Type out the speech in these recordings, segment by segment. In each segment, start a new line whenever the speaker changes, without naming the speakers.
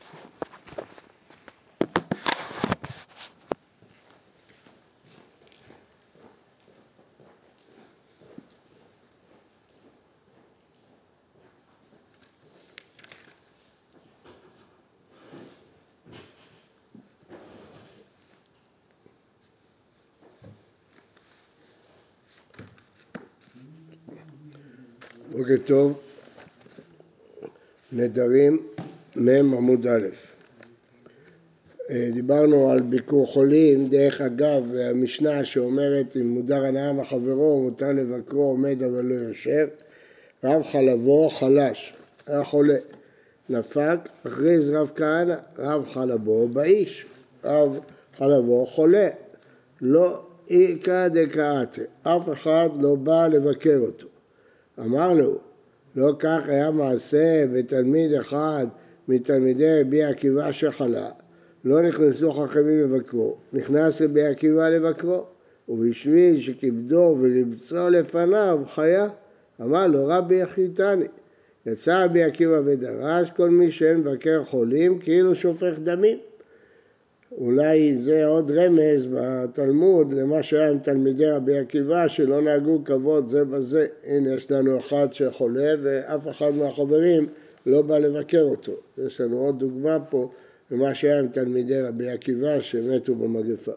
בוקר טוב, נדרים מ' עמוד א'. דיברנו על ביקור חולים, דרך אגב, המשנה שאומרת אם מודר הנאה מחברו מותר לבקרו עומד אבל לא יושב. רב חלבו חלש, היה חולה, נפק, הכריז רב כהנא, רב חלבו באיש, רב חלבו חולה, לא איכא דקאתי, אף אחד לא בא לבקר אותו. אמר לו, לא כך היה מעשה בתלמיד אחד מתלמידי רבי עקיבא שחלה, לא נכנסו חכמים לבקרו, נכנס רבי עקיבא לבקרו, ובשביל שכיבדו ולבצעו לפניו חיה, אמר לו רבי יחיתני, יצא רבי עקיבא ודרש כל מי שאין מבקר חולים כאילו שופך דמים. אולי זה עוד רמז בתלמוד למה שהיה עם תלמידי רבי עקיבא שלא נהגו כבוד זה בזה. הנה יש לנו אחד שחולה ואף אחד מהחברים לא בא לבקר אותו. יש לנו עוד דוגמה פה למה שהיה עם תלמידי רבי עקיבא שמתו במגפה.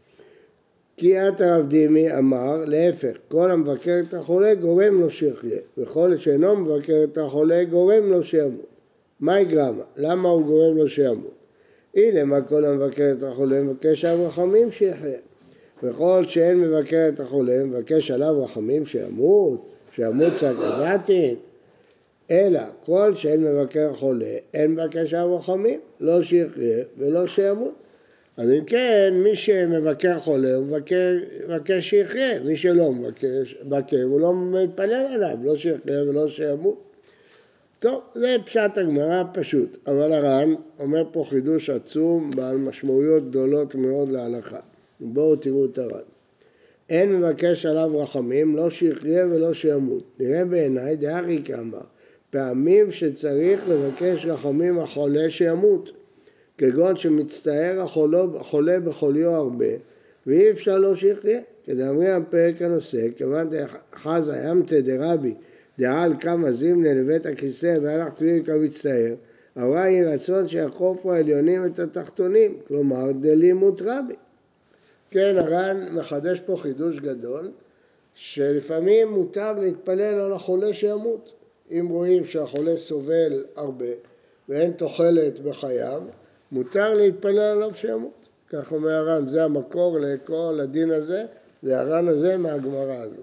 כי את הרב דימי אמר להפך, כל המבקר את החולה גורם לו שיחיה, וכל שאינו מבקר את החולה גורם לו שימות. מה יגרמה? למה הוא גורם לו שימות? אילמה כל המבקר את החולה מבקש עליו רחמים שיחיה. וכל שאין מבקר את החולה מבקש עליו רחמים שימות צד הדעתין. אלא כל שאין מבקר חולה אין מבקש עליו רחמים, לא שיחיה ולא שימות. אז אם כן, מי שמבקר חולה הוא מבקש שיחיה, מי שלא מבקר הוא לא מתפלל עליו, לא שיחיה ולא שימות. טוב, זה פשט הגמרא פשוט, אבל הר"ן אומר פה חידוש עצום בעל משמעויות גדולות מאוד להלכה. בואו תראו את הר"ן. אין מבקש עליו רחמים, לא שיחיה ולא שימות. נראה בעיניי, דאחי כאמר, פעמים שצריך לבקש רחמים החולה שימות, כגון שמצטער החולה בחוליו הרבה, ואי אפשר לא שיחיה. כדאמרי פרק הנושא, כיוון חזה ימתא דרבי, דעל כמה זימנה לבית הכיסא והלך תפילים כמצטער, אבל היא רצון שיחופו העליונים את התחתונים, כלומר דלימות רבי. כן, הר"ן מחדש פה חידוש גדול, שלפעמים מותר להתפלל על החולה שימות. אם רואים שהחולה סובל הרבה ואין תוחלת בחייו, מותר להתפלל עליו שימות. כך אומר הר"ן, זה המקור לכל הדין הזה, זה הר"ן הזה מהגמרא הזו.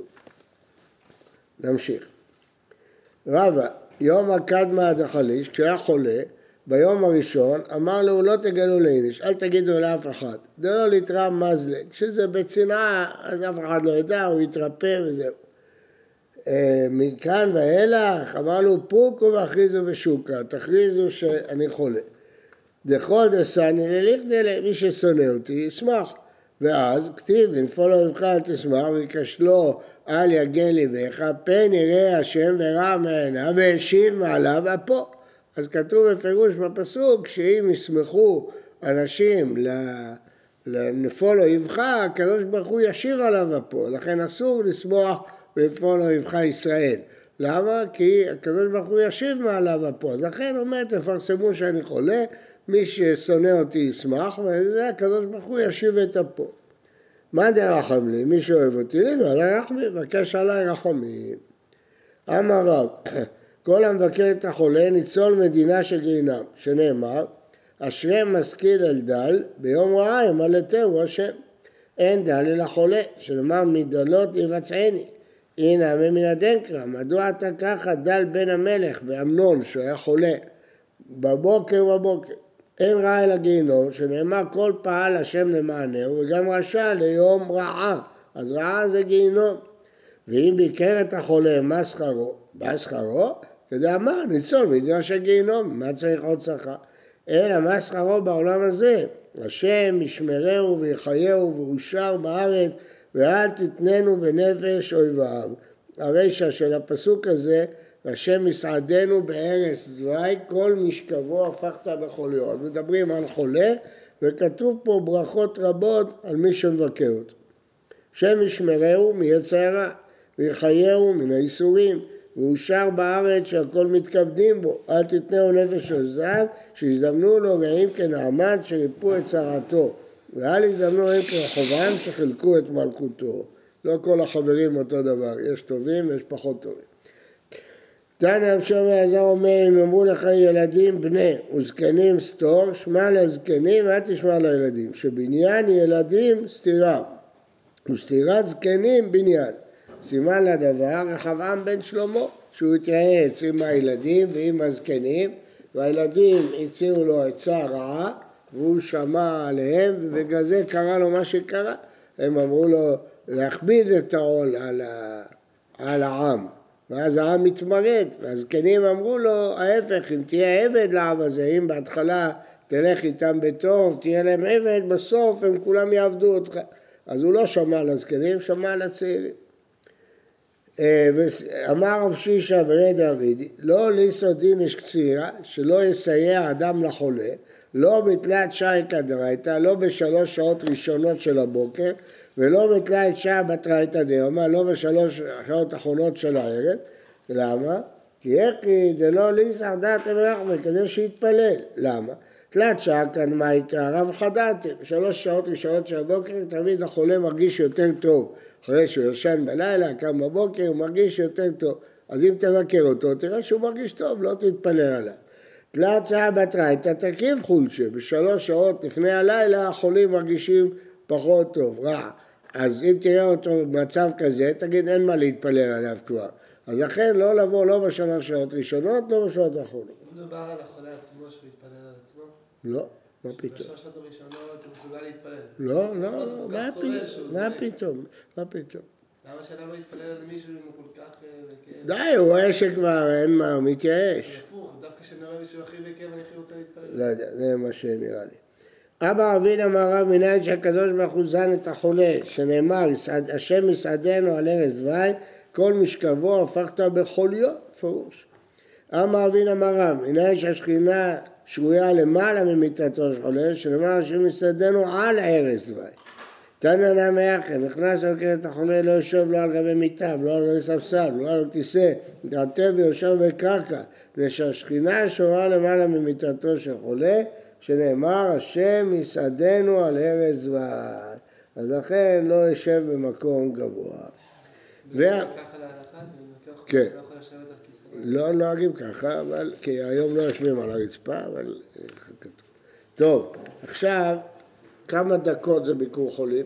נמשיך. רבא, יום הקדמה דחליש, כשהיה חולה, ביום הראשון, אמר לו, לא תגלו לאיניש, אל תגידו לאף אחד. זה לא לתרם מזלג, כשזה בצנעה, אז אף אחד לא ידע, הוא יתרפא וזהו. מכאן ואילך, אמר לו, פוקו ואחריזו בשוקה, תכריזו שאני חולה. דכל דסני לליך דלה, מי ששונא אותי ישמח. ואז כתיב, ונפול אוהבך אל תשמח, ויקשלו אל יגן ליבך, פן יראה השם ורע מעיניו, והשיב מעליו אפו. אז כתוב בפירוש בפסוק, שאם ישמחו אנשים לנפול אוהבך, הקדוש ברוך הוא ישיב עליו אפו. לכן אסור לשמוח בנפול אוהבך ישראל. למה? כי הקדוש ברוך הוא ישיב מעליו אפו. אז לכן אומר, תפרסמו שאני חולה, מי ששונא אותי ישמח, וזה הקדוש ברוך הוא ישיב את אפו. מה דרחם לי? מי שאוהב אותי לי, ועלי רחמי, מבקש עלי רחמים. אמר רב, כל המבקר את החולה ניצול מדינה של גיהינם, שנאמר, אשרי משכיל אל דל, ביום רעה ימלטהו השם. אין דל אל החולה, שנאמר מדלות יבצעני. הנה מן הדנקרא, מדוע אתה ככה דל בן המלך באמנון, שהוא היה חולה, בבוקר. אין רע אל הגיהינום, שנאמר כל פעל השם למענהו, וגם רשע ליום רעה, אז רעה זה גיהינום. ואם ביקר את החולה, מה שכרו? מה שכרו? כדי אמר, ניצול מדינה של גיהינום, מה צריך עוד שכר? אלא מה שכרו בעולם הזה? השם ישמרהו ויחייהו ואושר בארץ, ואל תתננו בנפש אויביו. הרשע של הפסוק הזה והשם יסעדנו בערש דווי, כל משכבו הפכת בחוליו. אז מדברים על חולה, וכתוב פה ברכות רבות על מי שמבקר אותו. השם ישמרהו מיצר הרע, ויחייהו מן האיסורים, ואושר בארץ שהכל מתכבדים בו. אל תתנהו נפש עוזב, שיזדמנו לו רעים כנעמן שריפו את צרתו, ואל יזדמנו הם כרחובעם שחילקו את מלכותו. לא כל החברים אותו דבר, יש טובים ויש פחות טובים. תנא המשום העזר אומר, אם אמרו לך ילדים בני וזקנים סתור, שמע לזקנים ואל תשמע לילדים, שבניין ילדים סתירה, וסתירת זקנים בניין. סימן לדבר רחבעם בן שלמה, שהוא התייעץ עם הילדים ועם הזקנים, והילדים הציעו לו עצה רעה, והוא שמע עליהם, ובגלל זה קרה לו מה שקרה. הם אמרו לו להכביד את העול על העם, ואז העם מתמרד, והזקנים אמרו לו ההפך, אם תהיה עבד לעם הזה, אם בהתחלה תלך איתם בטוב, תהיה להם עבד, בסוף הם כולם יעבדו אותך. אז הוא לא שמע לזקנים, שמע לצעירים. אמר רב שישא בני דוד, לא ליסו דין איש קצירה, שלא יסייע אדם לחולה, לא בתלת שעה כדרייתא, לא בשלוש שעות ראשונות של הבוקר, ולא בתלת שעה בתרייתא דיומא, לא בשלוש שעות אחרונות של הערב. למה? כי איך דלא ליסח דעתם רחמי, כדי שיתפלל. למה? תלת שעה כאן מה הייתה רב חדעתם, בשלוש שעות ראשונות של הבוקר תמיד החולה מרגיש יותר טוב. אחרי שהוא ישן בלילה, קם בבוקר, הוא מרגיש יותר טוב. אז אם תבקר אותו, תראה שהוא מרגיש טוב, לא תתפלל עליו. תלת שעה בתרייתא תקיף חולשה, בשלוש שעות לפני הלילה החולים מרגישים פחות טוב, רע. אז אם תראה אותו במצב כזה, תגיד אין מה להתפלל עליו כבר. אז לכן לא לבוא לא בשלוש שעות ראשונות, לא בשעות האחרונות.
הוא מדבר על החולה עצמו שהוא יתפלל על עצמו?
לא, מה פתאום?
בשלוש שעות הראשונות הוא מסוגל להתפלל.
לא, מה פתאום?
למה שלמה יתפלל על מישהו אם הוא כל כך בכאב?
די, הוא רואה שכבר אין מה, הוא מתייאש.
הפוך, דווקא כשנראה מישהו הכי בכאב אני הכי רוצה להתפלל.
לא יודע, זה מה שנראה לי. אבא אבינו אמר רב מניין שהקדוש ברוך הוא זן את החולה, שנאמר, השם יסעדנו על ערש דווי, כל משכבו הפכת בחוליו, פירוש. אבא אבינו אמר רב, מניין שהשכינה שרויה למעלה ממיטתו של חולה, שנאמר השם יסעדנו על ערש דווי. תנא נמי אחי, נכנס לבקר את החולה, לא יושב לא על גבי מיטה, לא על ספסל, לא על כיסא, מתעטב ויושב בקרקע, מפני שהשכינה שורה למעלה ממיטתו של חולה, שנאמר השם יסעדנו על ערש דווי. אז לכן לא יושב במקום גבוה.
ככה להלכה?
כן.
לא יכול לשבת על כיסא?
לא נוהגים ככה, כי היום לא יושבים על הרצפה, אבל טוב, עכשיו כמה דקות זה ביקור חולים?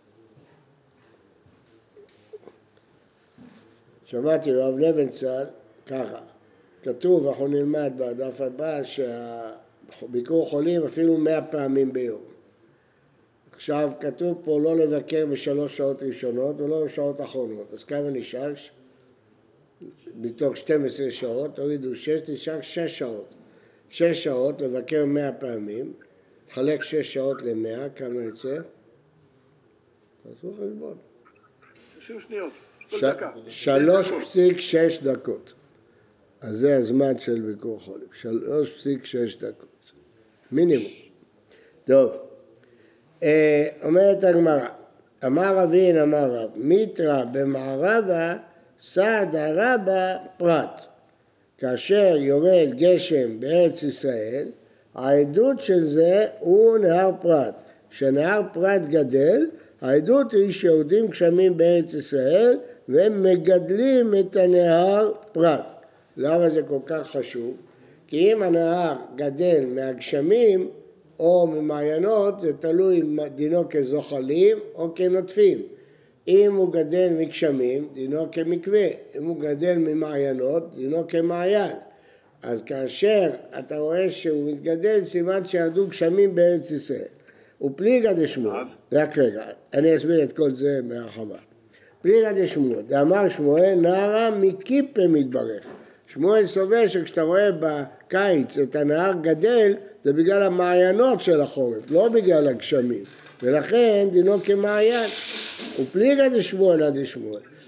שמעתי רב לבנצל, ככה, כתוב, אנחנו נלמד בדף הבא, שביקור חולים אפילו 100 פעמים ביום. עכשיו כתוב פה לא לבקר בשלוש שעות ראשונות ולא בשעות אחרונות, אז כמה נשאר? בתוך 12 שעות, הורידו 6, נשאר 6 שעות. 6 שעות לבקר 100 פעמים, תחלק 6 שעות ל-100, כמה יוצא? תעשו חשבון.
60 שניות, כל דקה.
3.6 דקות. אז זה הזמן של ביקור חולים, 3.6 דקות. מינימום. טוב, אומרת הגמרא, אמר רבין אמר רב, מיתרא במערבה סעדה רבה פרט. כאשר יורד גשם בארץ ישראל, העדות של זה הוא נהר פרת. כשנהר פרת גדל, העדות היא שיורדים גשמים בארץ ישראל והם מגדלים את הנהר פרת. למה זה כל כך חשוב? כי אם הנהר גדל מהגשמים או ממעיינות, זה תלוי אם דינו כזוחלים או כנוטפים. אם הוא גדל מגשמים, דינו כמקווה. אם הוא גדל ממעיינות, דינו כמעיין. אז כאשר אתה רואה שהוא מתגדל, סימן שירדו גשמים בארץ ישראל. ופליגא דשמואל, רק רגע, אני אסביר את כל זה בהרחבה. פליגא דשמואל, דאמר שמואל, נהרה מקיפה מתברך. שמואל סובר שכשאתה רואה בקיץ את הנהר גדל, זה בגלל המעיינות של החורף, לא בגלל הגשמים. ולכן דינו כמעיין. ופליגא דשמואל עד שמואל.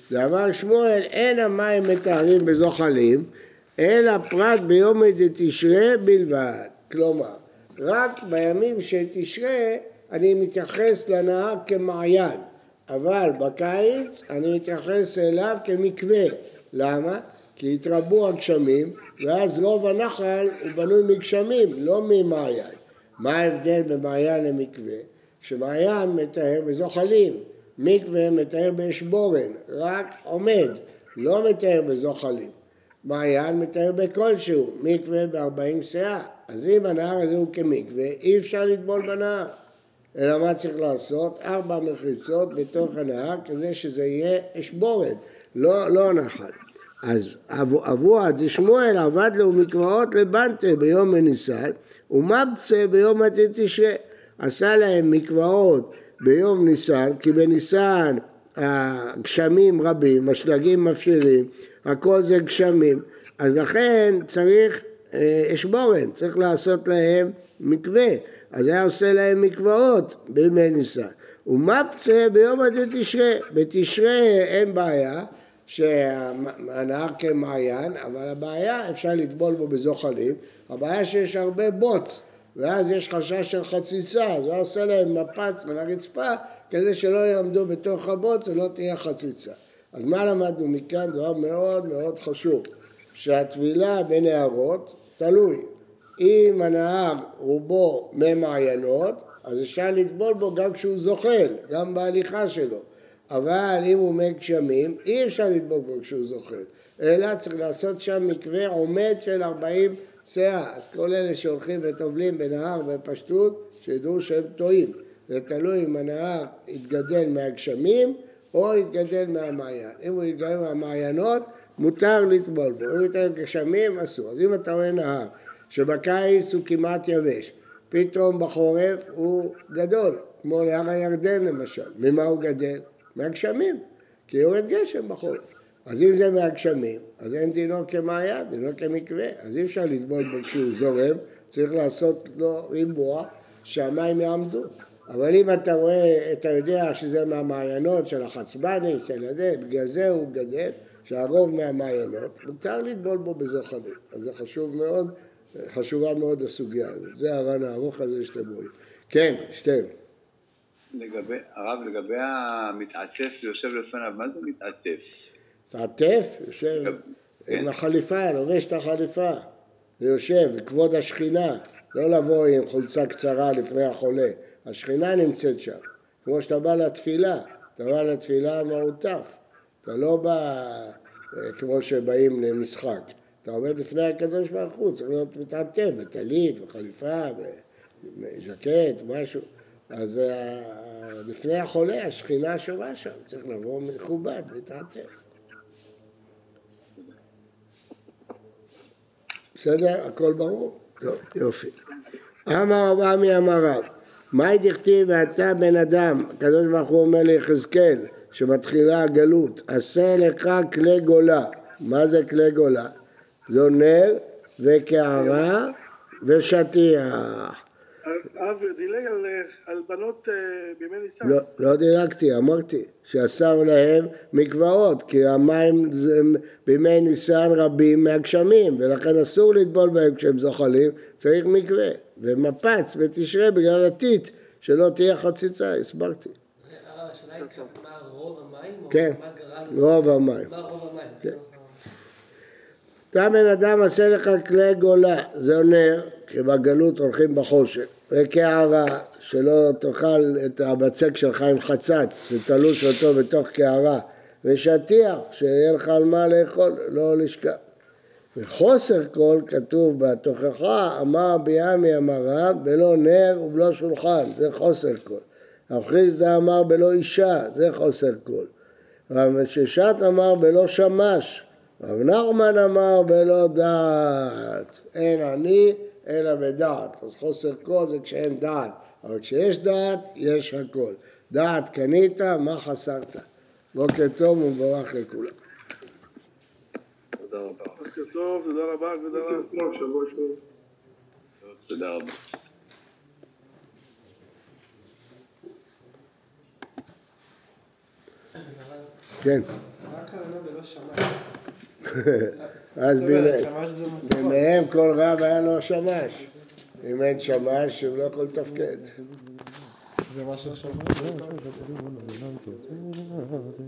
ואמר שמואל, אין המים מטהרים בזוחלים, אלא פרט ביום דתשרי בלבד. כלומר, רק בימים של תשרי אני מתייחס לנהר כמעיין, אבל בקיץ אני מתייחס אליו כמקווה. למה? כי התרבו הגשמים, ואז רוב הנחל הוא בנוי מגשמים, לא ממעיין. מה ההבדל במעיין למקווה? שמעיין מטהר בזוחלים, מקווה מטהר באשבורן, רק עומד, לא מטהר בזוחלים. מעיין מטהר בכלשהו, מקווה ב40 סאה. אז אם הנהר הזה הוא כמקווה, אי אפשר לטבול בנהר. אלא מה צריך לעשות? 4 מחיצות בתוך הנהר, כדי שזה יהיה אשבורן, לא נחל. אז אבוה דשמואל עבד לו מקוואות לבנטה ביום מניסן, ומבצה ביום תשרי. עשה להם מקוואות ביום ניסן, כי בניסן הגשמים רבים, השלגים מפשירים, הכל זה גשמים, אז לכן צריך אשבורן, צריך לעשות להם מקווה, אז היה עושה להם מקוואות בימי ניסן. ומבצה ביום תשרי, בתשרי אין בעיה, שהנהר כמעיין, אבל הבעיה אפשר לטבול בו בזוחלים, הבעיה שיש הרבה בוץ, ואז יש חשש של חציצה, אז הוא עושה להם מפץ על הרצפה, כדי שלא יעמדו בתוך הבוץ ולא תהיה חציצה. אז מה למדנו מכאן? דבר מאוד מאוד חשוב, שהטבילה בנהרות תלוי. אם הנהר רובו ממעיינות, אז אפשר לטבול בו גם כשהוא זוחל, גם בהליכה שלו. אבל אם הוא מגשמים, אי אפשר לטבול בו כשהוא זוחל, אלא צריך לעשות שם מקווה עומד של 40 סאה. אז כל אלה שהולכים וטובלים בנהר בפשטות, שידעו שהם טועים. זה תלוי אם הנהר יתגדל מהגשמים או יתגדל מהמעיין. אם הוא יתגדל מהמעיינות, מותר לטבול בו. אם הוא יתגדל מהגשמים, אסור. אז אם אתה רואה נהר שבקיץ הוא כמעט יבש, פתאום בחורף הוא גדול, כמו נהר הירדן למשל. ממה הוא גדל? מהגשמים, כי יורד גשם בחורף. אז אם זה מהגשמים, אז אין דינו כמעיין, דינו כמקווה. אז אי אפשר לטבול בו כשהוא זורם, צריך לעשות לו ריבוע שהמים יעמדו. אבל אם אתה רואה, אתה יודע שזה מהמעיינות של החצבני, של הדד, בגלל זה הוא גדל, שהרוב מהמעיינות, מותר לטבול בו בזוחלים. אז זה חשוב מאוד, חשובה מאוד הסוגיה הזאת. זה הר"ן הארוך הזה שאתם רואים. כן, שתיים.
הרב, לגבי המתעטף שיושב לפניו, מה זה מתעטף?
מתעטף? יושב עם החליפה, לובש את החליפה, ויושב, כבוד השכינה, לא לבוא עם חולצה קצרה לפני החולה, השכינה נמצאת שם, כמו שאתה בא לתפילה, אתה בא לתפילה מעוטף, אתה לא בא כמו שבאים למשחק, אתה עומד לפני הקדוש ברוך הוא, צריך להיות מתעטף, בטלית, בחליפה, בז'קט, משהו. אז לפני החולה, השכינה שורה שם, צריך לבוא מכובד, מתעטף. בסדר? הכל ברור? טוב, יופי. אמר רב עמי אמר רב, מהי דכתיב ואתה בן אדם, הקדוש ברוך הוא אומר ליחזקאל, שמתחילה הגלות, עשה לך כלי גולה. מה זה כלי גולה? זו נר וקערה ושטיח.
אב דילג על בנות בימי ניסן.
לא דילגתי, אמרתי שאסר להם מקוואות, כי המים בימי ניסן רבים מהגשמים, ולכן אסור לטבול בהם כשהם זוחלים, צריך מקווה. ומפץ בתשרי בגלל עתית, שלא תהיה חציצה, הסברתי.
השאלה היא מה רוב המים?
כן, רוב המים.
מה רוב המים?
אתה בן אדם עשה לך כלי גולה, זה נר, כי בגלות הולכים בחושך, וקערה, שלא תאכל את הבצק שלך עם חצץ, ותלוש אותו בתוך קערה, ושטיח, שיהיה לך על מה לאכול, לא לשכב. וחוסר כל כתוב בתוכחה, אמר ביעמי אמר רב, בלא נר ובלא שולחן, זה חוסר כל. רב חיסדא אמר בלא אישה, זה חוסר כל. רב ששת אמר בלא שמש, רב נחמן אמר בלא דעת, אין אני אלא בדעת, אז חוסר כל זה כשאין דעת, אבל כשיש דעת יש הכל. דעת קנית, מה חסרת? בוקר טוב ומבורך לכולם.
תודה רבה.
בוקר טוב, תודה רבה, תודה רבה. שבוע טוב.
תודה רבה.
כן. אז
שמש זה מטורף.
ביניהם כל רב היה לו שמש. אם אין שמש, הוא לא יכול לתפקד.
זה מה שעכשיו...